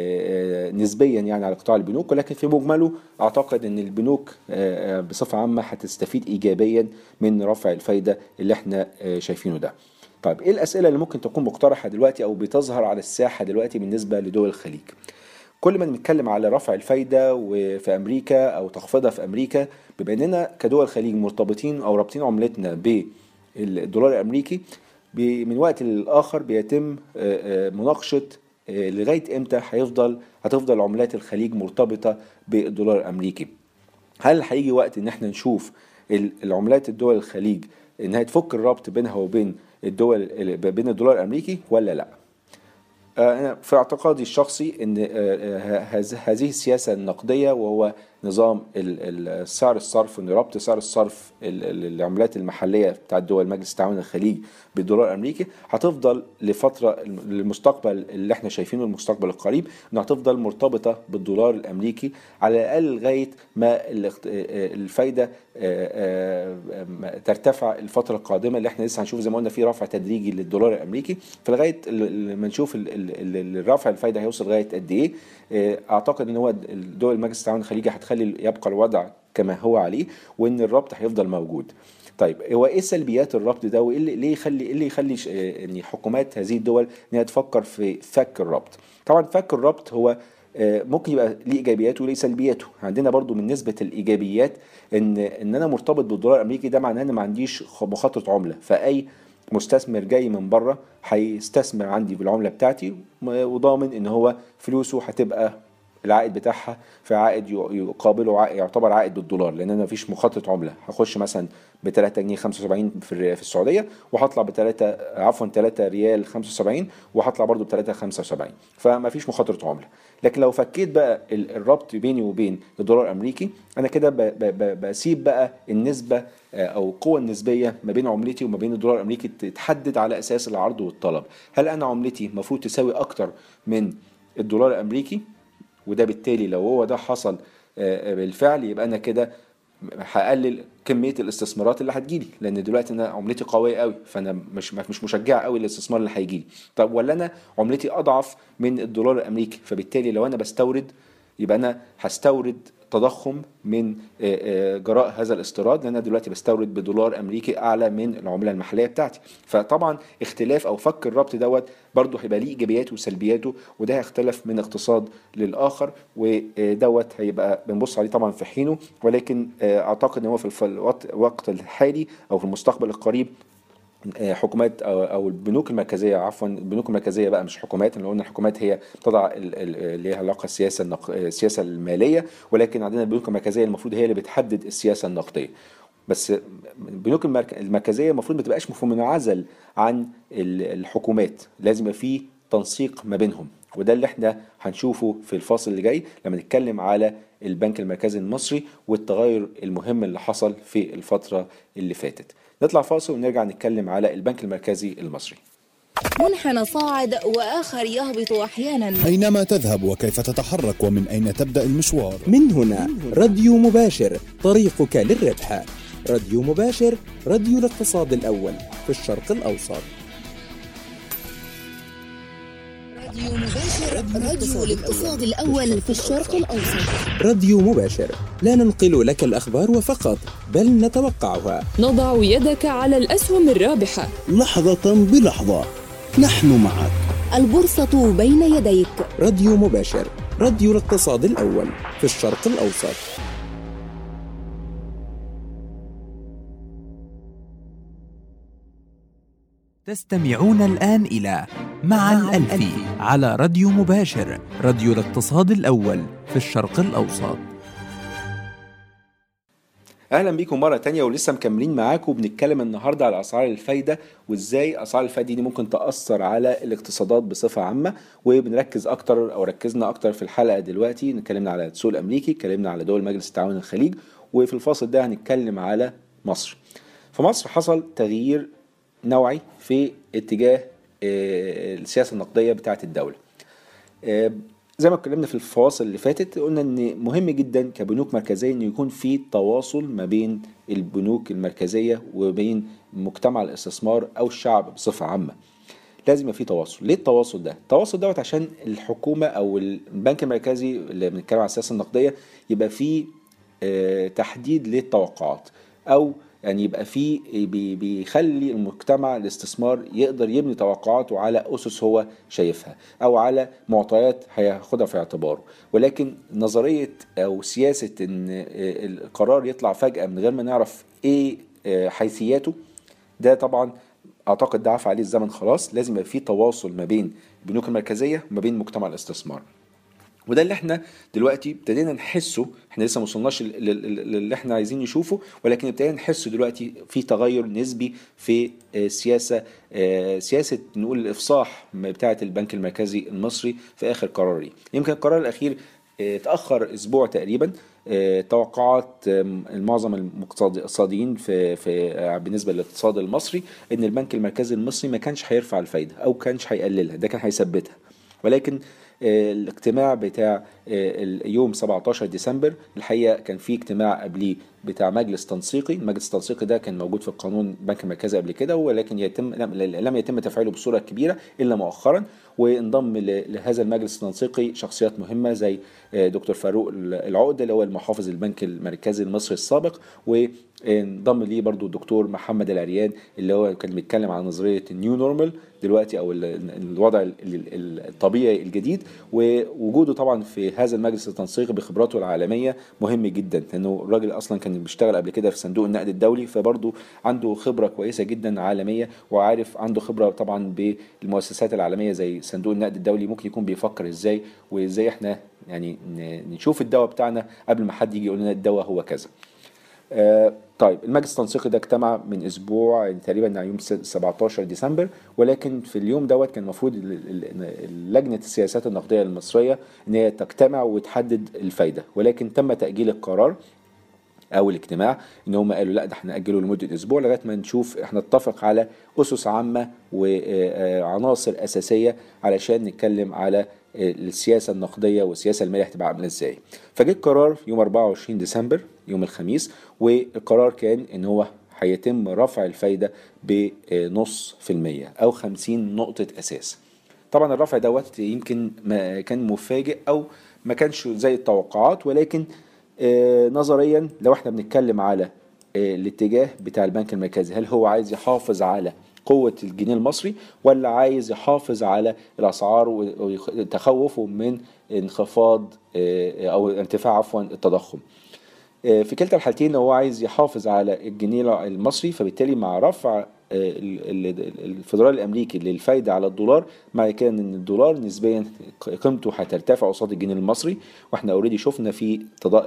نسبيا يعني على قطاع البنوك، ولكن في مجمله أعتقد أن البنوك بصفة عامة هتستفيد إيجابيا من رفع الفايدة اللي احنا شايفينه ده. طيب ايه الأسئلة اللي ممكن تكون مقترحة دلوقتي أو بتظهر على الساحة دلوقتي بالنسبة لدول الخليج؟ كل ما نتكلم على رفع الفايدة وفي أمريكا أو تخفيضها في أمريكا، بما أننا كدول الخليج مرتبطين أو رابطين عملتنا بالدولار الأمريكي، من وقت للآخر بيتم مناقشة لغاية امتى هيفضل هتفضل عملات الخليج مرتبطة بالدولار الامريكي؟ هل هيجي وقت ان احنا نشوف العملات الدول الخليج انها تفك الربط بينها وبين الدول بين الدولار الامريكي ولا لا؟ أنا في اعتقادي الشخصي ان هذه السياسة النقدية، وهو نظام السعر الصرف، ان ربط سعر الصرف العملات المحلية بتاع الدول مجلس التعاون الخليجي بالدولار الامريكي، هتفضل لفترة المستقبل اللي احنا شايفينه المستقبل القريب، انها هتفضل مرتبطة بالدولار الامريكي على الاقل لغاية ما الفايدة ترتفع الفترة القادمة، اللي احنا لسه هنشوف زي ما قلنا في رفع تدريجي للدولار الامريكي. فلغاية لما نشوف الرفع الفايدة هيوصل لغاية قد ايه، اعتقد ان هو الدول مجلس التعاون الخليجي هتخلي يبقى الوضع كما هو عليه، وان الربط هيفضل موجود. طيب هو ايه سلبيات الربط ده، وايه اللي يخلي ايه اللي يخلي ان حكومات هذه الدول انها تفكر في فك الربط؟ طبعا فك الربط هو ممكن يبقى ليه ايجابياته وليه سلبياته. عندنا برضو من نسبه الايجابيات ان ان انا مرتبط بالدولار الامريكي، ده معناه ان ما عنديش مخاطره عمله، فاي مستثمر جاي من بره هيستثمر عندي بالعمله بتاعتي، وضامن ان هو فلوسه هتبقى العائد بتاعها في عائد يقابله عائد يعتبر عائد بالدولار، لان انا مفيش مخاطره عمله. هخش مثلا ب ثلاثة جنيه خمسة وسبعين في في السعوديه، وهطلع ب ثلاثة عفوا ثلاثة ريال خمسة وسبعين، وهطلع برده ب ثلاثة خمسة وسبعين، فمفيش مخاطره عمله. لكن لو فكيت بقى الربط بيني وبين الدولار الامريكي، انا كده بسيب بقى النسبه او القوه النسبيه ما بين عملتي وما بين الدولار الامريكي تتحدد على اساس العرض والطلب. هل انا عملتي المفروض تساوي اكتر من الدولار الامريكي؟ وده بالتالي لو هو ده حصل بالفعل، يبقى انا كده هقلل كميه الاستثمارات اللي هتجيلي، لان دلوقتي انا عملتي قويه قوي، فانا مش مش مشجع قوي للاستثمار اللي هيجيلي. طب ولا انا عملتي اضعف من الدولار الامريكي، فبالتالي لو انا بستورد يبقى انا هستورد تضخم من جراء هذا الاستيراد، لان انا دلوقتي بستورد بدولار امريكي اعلى من العمله المحليه بتاعتي. فطبعا اختلاف او فك الربط دوت برضه هيبقى ليه ايجابياته وسلبياته، وده هيختلف من اقتصاد للاخر، ودوت هيبقى بنبص عليه طبعا في حينه. ولكن اعتقد ان هو في الوقت الحالي او في المستقبل القريب حكومات او البنوك المركزيه عفوا البنوك المركزيه بقى مش حكومات، اللي قلنا الحكومات هي تضع اللي ليها علاقه السياسه السياسه الماليه، ولكن عندنا البنوك المركزيه المفروض هي اللي بتحدد السياسه النقديه. بس البنوك المركزيه المفروض ما تبقاش منعزل عن الحكومات، لازم يبقى في تنسيق ما بينهم، وده اللي احنا هنشوفه في الفاصل اللي جاي لما نتكلم على البنك المركزي المصري والتغير المهم اللي حصل في الفتره اللي فاتت. نطلع فاصل ونرجع نتكلم على البنك المركزي المصري. منحنى صاعد وآخر يهبط أحيانا. أينما تذهب وكيف تتحرك ومن أين تبدأ المشوار؟ من هنا راديو مباشر، طريقك للربح. راديو مباشر، راديو الاقتصاد الأول في الشرق الأوسط. راديو مباشر، راديو الاقتصاد الأول في الشرق الأوسط. راديو مباشر، لا ننقل لك الأخبار وفقط، بل نتوقعها. نضع يدك على الأسهم الرابحة لحظة بلحظة، نحن معك. البورصة بين يديك. راديو مباشر، راديو الاقتصاد الأول في الشرق الأوسط. تستمعون الآن إلى مع الألفي على راديو مباشر، راديو الاقتصاد الأول في الشرق الأوسط. اهلا بيكم مره تانية، ولسه مكملين معاكم وبنتكلم النهارده على اسعار الفايده، وازاي اسعار الفايده دي ممكن تاثر على الاقتصادات بصفه عامه. وبنركز اكتر او ركزنا اكتر في الحلقه دلوقتي، اتكلمنا على السوق الامريكي، اتكلمنا على دول مجلس التعاون الخليج، وفي الفاصل ده هنتكلم على مصر. في مصر حصل تغيير نوعي في اتجاه السياسه النقديه بتاعه الدوله. زي ما اتكلمنا في الفواصل اللي فاتت، قلنا ان مهم جدا كبنوك مركزيه ان يكون في تواصل ما بين البنوك المركزيه وبين مجتمع الاستثمار او الشعب بصفه عامه. لازم يبقى في تواصل. ليه التواصل ده؟ التواصل دوت عشان الحكومه او البنك المركزي اللي بنتكلم على السياسه النقديه يبقى في تحديد للتوقعات، او يعني يبقى في بيخلي المجتمع الاستثمار يقدر يبني توقعاته على أسس هو شايفها أو على معطيات هياخدها في اعتباره. ولكن نظرية أو سياسة إن القرار يطلع فجأة من غير ما نعرف إيه حيثياته، ده طبعا اعتقد ده عفى عليه الزمن خلاص. لازم يبقى في تواصل ما بين البنوك المركزيه وما بين مجتمع الاستثمار، وده اللي احنا دلوقتي ابتدينا نحسه. احنا لسه ما وصلناش اللي احنا عايزين نشوفه، ولكن ابتدينا نحسه دلوقتي في تغير نسبي في سياسه سياسه نقول الافصاح بتاعه البنك المركزي المصري في اخر قراره. يمكن القرار الاخير تاخر اسبوع تقريبا. توقعات المعظم الاقتصاديين في في بالنسبه للاقتصاد المصري ان البنك المركزي المصري ما كانش هيرفع الفايده او كانش هيقللها، ده كان هيثبتها. ولكن الاجتماع بتاع يوم سبعة عشر ديسمبر الحقيقه كان في اجتماع قبليه بتاع مجلس تنسيقي. المجلس التنسيقي ده كان موجود في القانون البنك المركزي قبل كده، ولكن يتم لم يتم تفعيله بصوره كبيره الا مؤخرا. وانضم لهذا المجلس التنسيقي شخصيات مهمه زي دكتور فاروق العقده اللي هو المحافظ البنك المركزي المصري السابق، وانضم ليه برضو الدكتور محمد العريان اللي هو كان بيتكلم عن نظريه النيو نورمال دلوقتي او الوضع الطبيعي الجديد. ووجوده طبعا في هذا المجلس التنسيقي بخبراته العالميه مهم جدا، لانه الراجل اصلا كان بيشتغل قبل كده في صندوق النقد الدولي، فبرضه عنده خبره كويسه جدا عالميه، وعارف عنده خبره طبعا بالمؤسسات العالميه زي صندوق النقد الدولي ممكن يكون بيفكر ازاي وازاي احنا يعني نشوف الدواء بتاعنا قبل ما حد يجي يقول لنا الدواء هو كذا. آه طيب المجلس التنسيقي ده اجتمع من اسبوع يعني تقريبا يوم سبعة عشر ديسمبر، ولكن في اليوم دوت كان المفروض لجنه السياسات النقديه المصريه ان هي تجتمع وتحدد الفايده، ولكن تم تاجيل القرار او الاجتماع. ان هم قالوا لا ده احنا ناجله لمده اسبوع لغايه ما نشوف احنا نتفق على اسس عامه وعناصر اساسيه علشان نتكلم على السياسه النقديه والسياسه الماليه هتبقى عامله ازاي. فجه القرار يوم أربعة وعشرين ديسمبر يوم الخميس، والقرار كان ان هو هيتم رفع الفايده بنص في المية او خمسين نقطه اساس. طبعا الرفع دوت يمكن ما كان مفاجئ او ما كانش زي التوقعات، ولكن آه نظريا لو احنا بنتكلم على آه الاتجاه بتاع البنك المركزي، هل هو عايز يحافظ على قوة الجنيه المصري ولا عايز يحافظ على الأسعار وتخوفه من انخفاض آه أو ارتفاع عفوا التضخم؟ في كلتا الحالتين هو عايز يحافظ على الجنيه المصري، فبالتالي مع رفع الفدرالي الامريكي للفايده على الدولار مع كده ان الدولار نسبيا قيمته هترتفع قصاد الجنيه المصري، واحنا اوريدي شفنا في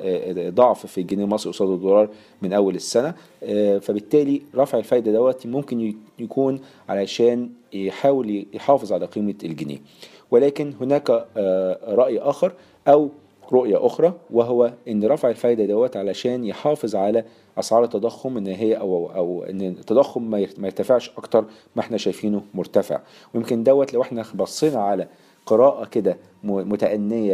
ضعف في الجنيه المصري قصاد الدولار من اول السنه. فبالتالي رفع الفايده دوت ممكن يكون علشان يحاول يحافظ على قيمه الجنيه. ولكن هناك راي اخر او رؤية أخرى، وهو إن رفع الفايدة دوت علشان يحافظ على أسعار التضخم إن هي أو أو إن التضخم ما يرتفعش أكتر ما إحنا شايفينه مرتفع. ويمكن دوت لو إحنا بصينا على قراءة كده متأنية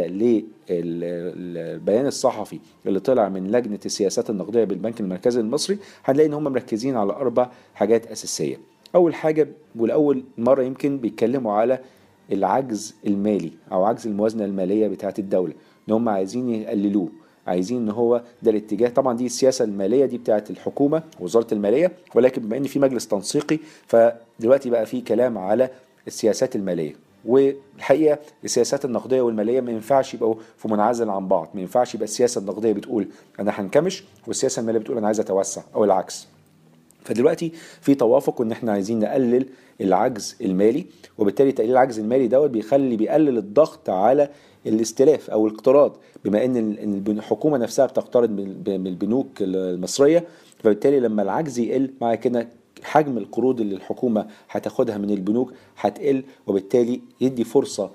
للبيان الصحفي اللي طلع من لجنة السياسات النقدية بالبنك المركزي المصري، هنلاقي إن هم مركزين على أربع حاجات أساسية. أول حاجة والأول مرة يمكن بيتكلموا على العجز المالي أو عجز الموازنة المالية بتاعة الدولة، ان هم عايزين يقللوه، عايزين ان هو ده الاتجاه. طبعا دي السياسه الماليه دي بتاعه الحكومه ووزاره الماليه، ولكن بما ان في مجلس تنسيقي فدلوقتي بقى في كلام على السياسات الماليه. والحقيقه السياسات النقديه والماليه ما ينفعش يبقوا في منعزل عن بعض، ما ينفعش يبقى السياسه النقديه بتقول انا هنكمش والسياسه الماليه بتقول انا عايز اتوسع او العكس. فدلوقتي في توافق ان احنا عايزين نقلل العجز المالي، وبالتالي تقليل العجز المالي دوت بيخلي بيقلل الضغط على الاستلاف او الاقتراض، بما ان الحكومه نفسها بتقترض من البنوك المصريه، فبالتالي لما العجز يقل مع كده حجم القروض اللي الحكومه هتاخدها من البنوك هتقل، وبالتالي يدي فرصه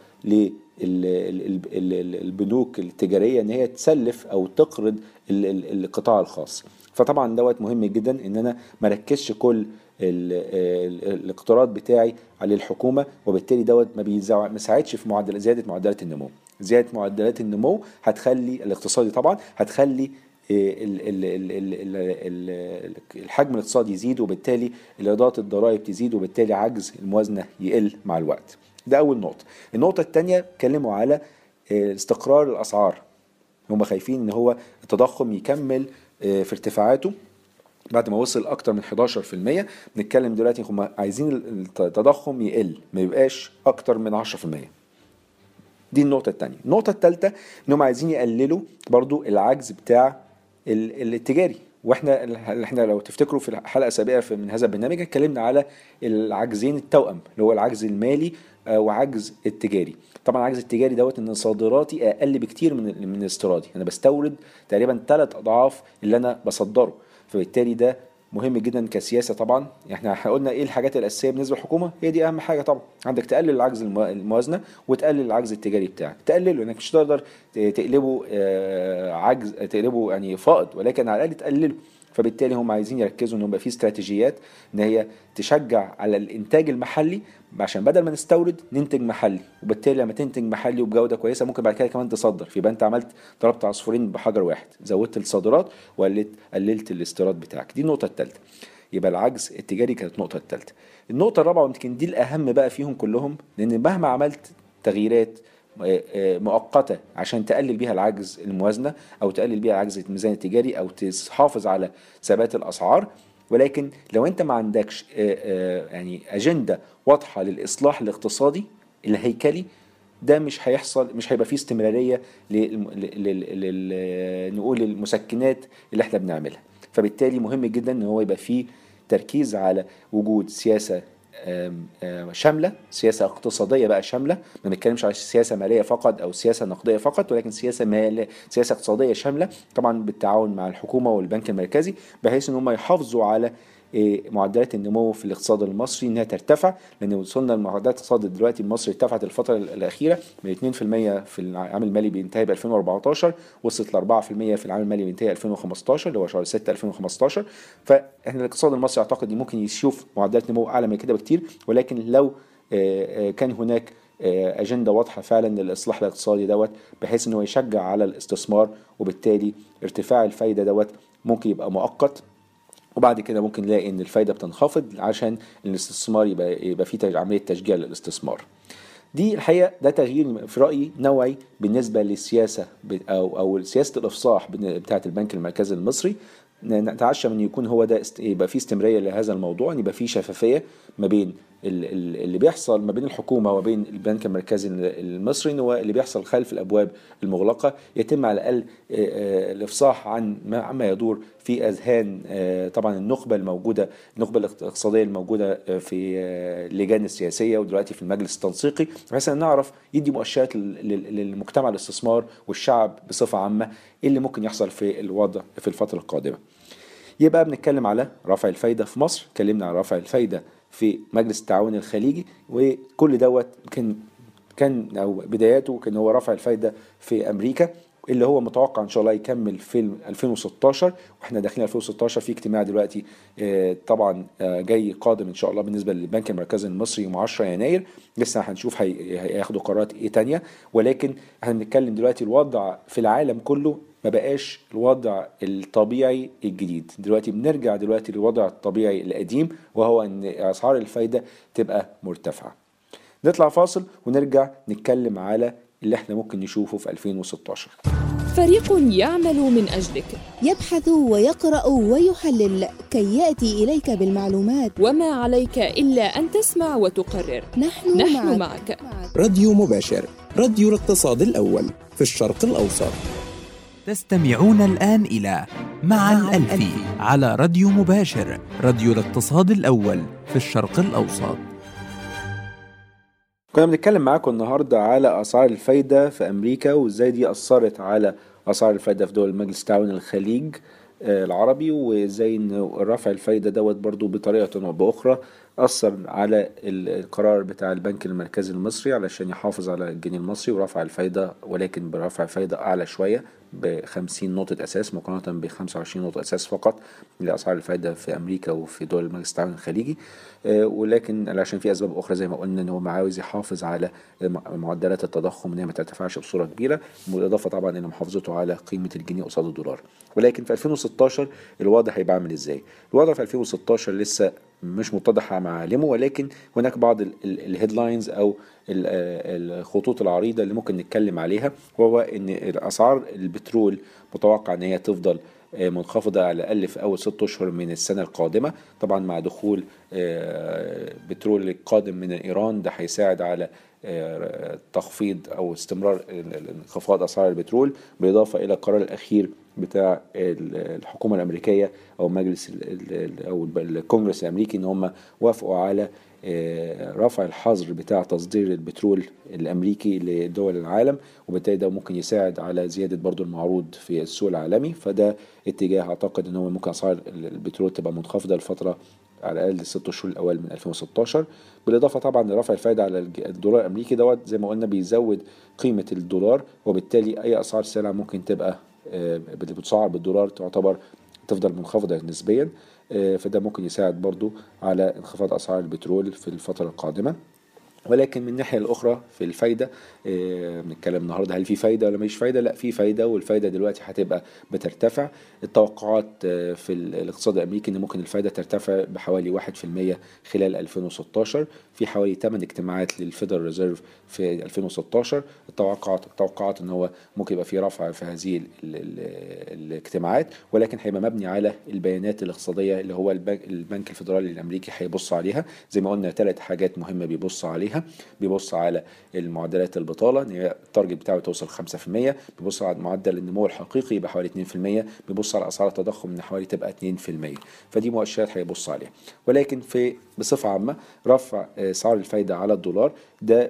للبنوك التجاريه ان هي تسلف او تقرض القطاع الخاص. فطبعا دوت مهم جدا ان انا ما ركزش كل الاقتراض بتاعي على الحكومه، وبالتالي دوت ما بيساعدش في معدل زياده معدلات النمو. زياده معدلات النمو هتخلي الاقتصادي طبعا هتخلي الحجم الاقتصادي يزيد، وبالتالي ايرادات الضرائب تزيد، وبالتالي عجز الموازنه يقل مع الوقت. ده اول نقطه. النقطه الثانيه اتكلموا على استقرار الاسعار. هم خايفين ان هو التضخم يكمل في ارتفاعاته بعد ما وصل اكتر من احداشر في المية. بنتكلم دلوقتي هم عايزين التضخم يقل ما يبقاش اكتر من عشرة في المية. دي النقطة الثانية. النقطة الثالثة انهم عايزين يقللوا برضو العجز بتاع التجاري. واحنا احنا لو تفتكروا في الحلقه السابقه من هذا البرنامج اتكلمنا على العجزين التوأم اللي هو العجز المالي وعجز التجاري. طبعا العجز التجاري دوت ان صادراتي اقل بكتير من من استيرادي، انا بستورد تقريبا ثلاث اضعاف اللي انا بصدره، فبالتالي ده مهم جدا كسياسه. طبعا احنا قلنا ايه الحاجات الاساسيه بالنسبه للحكومه، هي دي اهم حاجه. طبعا عندك تقلل العجز الموازنه وتقلل العجز التجاري بتاعك، تقلله انك مش تقدر تقلبه عجز، تقلبه يعني فائض، ولكن على الاقل تقلله. فبالتالي هم عايزين يركزوا ان يبقى في استراتيجيات ان هي تشجع على الانتاج المحلي، عشان بدل ما نستورد ننتج محلي، وبالتالي لما تنتج محلي وبجوده كويسه ممكن بعد كده كمان تصدر، فيبقى انت عملت ضربت عصفورين بحجر واحد، زودت الصادرات وقللت قللت الاستيراد بتاعك. دي النقطه الثالثه، يبقى العجز التجاري كانت النقطه الثالثه. النقطه الرابعه ويمكن دي الاهم بقى فيهم كلهم، لان مهما عملت تغييرات مؤقته عشان تقلل بيها العجز الموازنه او تقلل بيها عجز الميزان التجاري او تحافظ على ثبات الاسعار، ولكن لو انت ما عندكش يعني اجنده واضحه للاصلاح الاقتصادي الهيكلي، ده مش هيحصل، مش هيبقى فيه استمراريه لل نقول المسكنات اللي احنا بنعملها. فبالتالي مهم جدا ان هو يبقى فيه تركيز على وجود سياسه شامله، سياسه اقتصاديه بقى شامله، ما بنتكلمش على سياسه ماليه فقط او سياسه نقديه فقط، ولكن سياسه ماليه سياسه اقتصاديه شامله، طبعا بالتعاون مع الحكومه والبنك المركزي، بحيث ان هم يحافظوا على معدلات النمو في الاقتصاد المصري انها ترتفع، لان وصلنا لمعدلات الاقتصاد دلوقتي المصري ارتفعت الفتره الاخيره من اثنين بالمئة في العام المالي بينتهي ب ألفين وأربعتاشر، وصلت ل أربعة بالمئة في العام المالي بينتهي ألفين وخمستاشر اللي هو شهر ستة ألفين وخمستاشر. فاحنا الاقتصاد المصري اعتقد ممكن يشوف معدلات نمو اعلى من كده بكتير، ولكن لو كان هناك اجنده واضحه فعلا للاصلاح الاقتصادي دوت، بحيث انه يشجع على الاستثمار، وبالتالي ارتفاع الفايده دوت ممكن يبقى مؤقت، وبعد كده ممكن نلاقي ان الفايده بتنخفض عشان الاستثمار يبقى يبقى في عمليه تشجيع للاستثمار. دي الحقيقه ده تغيير في رايي نوعي بالنسبه للسياسه او او سياسه الافصاح بتاعه البنك المركزي المصري. نتعشى من يكون هو ده يبقى في استمراريه لهذا الموضوع، ان يبقى في شفافيه ما بين اللي بيحصل ما بين الحكومه وبين البنك المركزي المصري، واللي بيحصل خلف الابواب المغلقه يتم على الاقل الافصاح عن ما يدور في اذهان طبعا النخبه الموجوده، النخبه الاقتصاديه الموجوده في اللجان السياسيه ودلوقتي في المجلس التنسيقي، بحيث ان نعرف يدي مؤشرات للمجتمع الاستثمار والشعب بصفه عامه ايه اللي ممكن يحصل في الوضع في الفتره القادمه. يبقى بنتكلم على رفع الفايده في مصر، اتكلمنا على رفع الفايده في مجلس التعاون الخليجي، وكل دوت كان كان او بداياته كان هو رفع الفايده في امريكا، اللي هو متوقع ان شاء الله يكمل في ألفين وستاشر، واحنا داخلين ألفين وستاشر في اجتماع دلوقتي طبعا جاي قادم ان شاء الله بالنسبه للبنك المركزي المصري يوم عشرة يناير، لسه هنشوف هياخدوا قرارات ايه تانية، ولكن احنا بنتكلم دلوقتي الوضع في العالم كله ما بقاش الوضع الطبيعي الجديد، دلوقتي بنرجع دلوقتي للوضع الطبيعي القديم، وهو ان اسعار الفايده تبقى مرتفعه. نطلع فاصل ونرجع نتكلم على اللي احنا ممكن نشوفه في ألفين وستاشر. فريق يعمل من أجلك، يبحث ويقرأ ويحلل كي يأتي إليك بالمعلومات، وما عليك إلا أن تسمع وتقرر. نحن, نحن معك. معك. راديو مباشر، راديو الاقتصاد الأول في الشرق الأوسط. تستمعون الآن إلى مع الألفي على راديو مباشر، راديو الاقتصاد الأول في الشرق الأوسط. كنا بنتكلم معاكم النهاردة على أسعار الفايدة في أمريكا، وإزاي دي أثرت على أسعار الفايدة في دول مجلس تعاون الخليج العربي، وإزاي إن رفع الفايدة دوت برضو بطريقة أو بأخرى أثر على القرار بتاع البنك المركزي المصري علشان يحافظ على الجنيه المصري ورفع الفايدة، ولكن برفع فايدة أعلى شوية بخمسين نقطة أساس مقارنة بخمسة وعشرين نقطة أساس فقط لأسعار الفايدة في أمريكا وفي دول مجلس التعاون الخليجي، ولكن عشان في أسباب أخرى زي ما قلنا إن هو عاوز يحافظ على معدلات التضخم إن هي ما ترتفعش بصورة كبيرة، بالإضافة طبعا إلى محافظته على قيمة الجنيه قصاد الدولار. ولكن في ألفين وستاشر الوضع هيبقى عامل إزاي؟ الوضع في ألفين وستاشر لسه مش متضح مع معالمه، ولكن هناك بعض الهيدلاينز أو الخطوط العريضة اللي ممكن نتكلم عليها، وهو إن أسعار البترول متوقع إن هي تفضل منخفضة على الأقل في أول ست أشهر من السنة القادمة، طبعا مع دخول بترول قادم من إيران ده هيساعد على تخفيض أو استمرار انخفاض أسعار البترول، بالإضافة إلى القرار الأخير بتاع الحكومة الأمريكية أو مجلس أو الكونجرس الأمريكي إن هم وافقوا على رفع الحظر بتاع تصدير البترول الأمريكي لدول العالم، وبالتالي ده ممكن يساعد على زيادة برضو المعروض في السوق العالمي. فده اتجاه أعتقد إن هو ممكن أسعار البترول تبقى منخفضة لفترة على الأقل الست شهور الأول من ألفين وستاشر. بالإضافة طبعا لرفع الفائدة على الدولار الأمريكي دوت زي ما قلنا بيزود قيمة الدولار، وبالتالي أي أسعار سلع ممكن تبقى بتسعر بالدولار تعتبر تفضل منخفضة نسبيا، فده ممكن يساعد برضو على انخفاض أسعار البترول في الفترة القادمة. ولكن من الناحية الأخرى في الفايدة بنتكلم النهاردة هل في فايدة ولا مش فايدة؟ لا، في فايدة، والفايدة دلوقتي هتبقى بترتفع. التوقعات في الاقتصاد الأمريكي إن ممكن الفايدة ترتفع بحوالي واحد في المية خلال ألفين وستاشر، في حوالي ثمانية اجتماعات للفيدرال ريزيرف في ألفين وستاشر. التوقعات التوقعات إن هو ممكن يبقى في رفع في هذه ال ال ال الاجتماعات، ولكن هيبقى مبني على البيانات الاقتصادية اللي هو البنك, البنك الفيدرالي الأمريكي هيبص عليها. زي ما قلنا ثلاث حاجات مهمة بيبص عليها، بيبص على المعدلات البطالة ان هي التارجت بتاعه توصل خمسة في المية، بيبص على معدل النمو الحقيقي يبقى حوالي اتنين في المية، بيبص على اسعار التضخم ان حوالي تبقى اتنين في المية. فدي مؤشرات هيبص عليها. ولكن في بصفة عامة رفع اسعار الفايدة على الدولار ده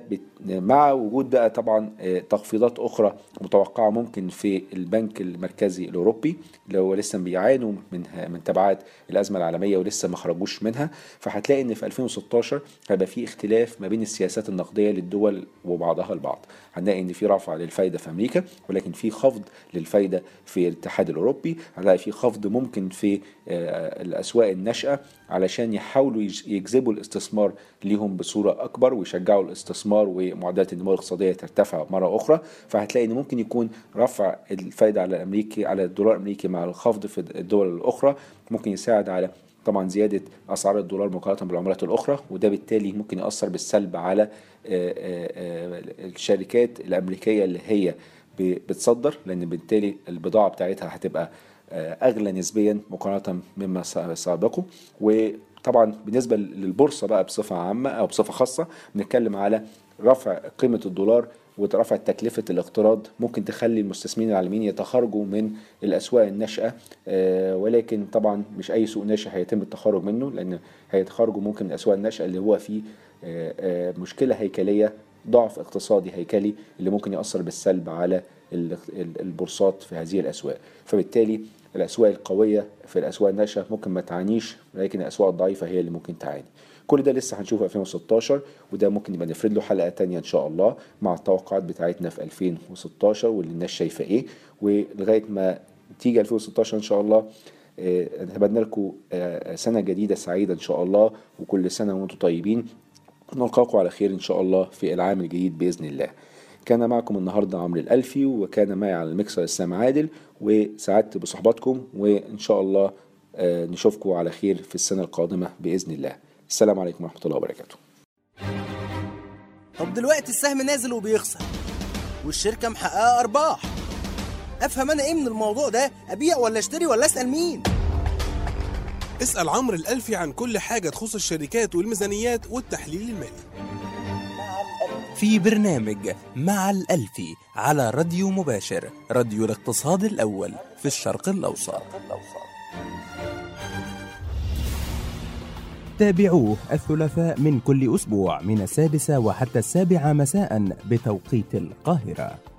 مع وجود بقى طبعا تخفيضات اخرى متوقعة ممكن في البنك المركزي الاوروبي اللي هو لسه بيعانوا من من تبعات الازمة العالمية ولسه ما خرجوش منها. فهتلاقي ان في ألفين وستاشر هيبقى في اختلاف ما بين السياسات النقدية للدول وبعضها البعض. هنلاقي ان في رفع للفايدة في امريكا، ولكن في خفض للفايدة في الاتحاد الاوروبي. هنلاقي في خفض ممكن في الاسواق الناشئة علشان يحاولوا يجذبوا الاستثمار ليهم بصورة اكبر ويشجعوا الاستثمار ومعدلات النمو الاقتصادية ترتفع مرة اخرى. فهتلاقي ان ممكن يكون رفع الفايدة على الامريكي على الدولار الامريكي مع الخفض في الدول الاخرى ممكن يساعد على طبعا زيادة أسعار الدولار مقارنة بالعملات الأخرى، وده بالتالي ممكن يأثر بالسلب على الشركات الأمريكية اللي هي بتصدر، لأن بالتالي البضاعة بتاعتها هتبقى أغلى نسبيا مقارنة مما سابقه. وطبعا بالنسبة للبورصة بقى بصفة عامة أو بصفة خاصة بنتكلم على رفع قيمة الدولار ورفع تكلفة الاقتراض ممكن تخلي المستثمرين العالميين يتخرجوا من الأسواق الناشئة، ولكن طبعا مش أي سوق ناشئ هيتم التخرج منه، لأن هيتخرجوا ممكن من الأسواق الناشئة اللي هو فيه مشكلة هيكلية، ضعف اقتصادي هيكلي اللي ممكن يأثر بالسلب على البورصات في هذه الأسواق. فبالتالي الأسواق القوية في الأسواق الناشئة ممكن ما تعانيش، لكن الأسواق الضعيفة هي اللي ممكن تعاني. كل ده لسه هنشوفه في ألفين وستاشر، وده ممكن يبقى نفرد له حلقة تانية إن شاء الله مع التوقعات بتاعتنا في ألفين وستاشر واللي الناس شايفة إيه. ولغاية ما تيجي ألفين وستاشر إن شاء الله نتمنى لكم سنة جديدة سعيدة إن شاء الله، وكل سنة وأنتم طيبين. نلقاكم على خير إن شاء الله في العام الجديد بإذن الله. كان معكم النهاردة عمرو الألفي، وكان معي على المكسر السام عادل، وسعدت بصحباتكم، وإن شاء الله نشوفكم على خير في السنة القادمة بإذن الله. السلام عليكم ورحمة الله وبركاته. طب دلوقتي السهم نازل وبيخسر والشركة محققة أرباح، أفهم أنا إيه من الموضوع ده؟ أبيع ولا أشتري ولا أسأل مين؟ اسأل عمرو الألفي عن كل حاجة تخص الشركات والميزانيات والتحليل المالي في برنامج مع الألفي على راديو مباشر، راديو الاقتصاد الأول في الشرق الأوسط. تابعوه الثلاثاء من كل أسبوع من السادسة وحتى السابعة مساء بتوقيت القاهرة.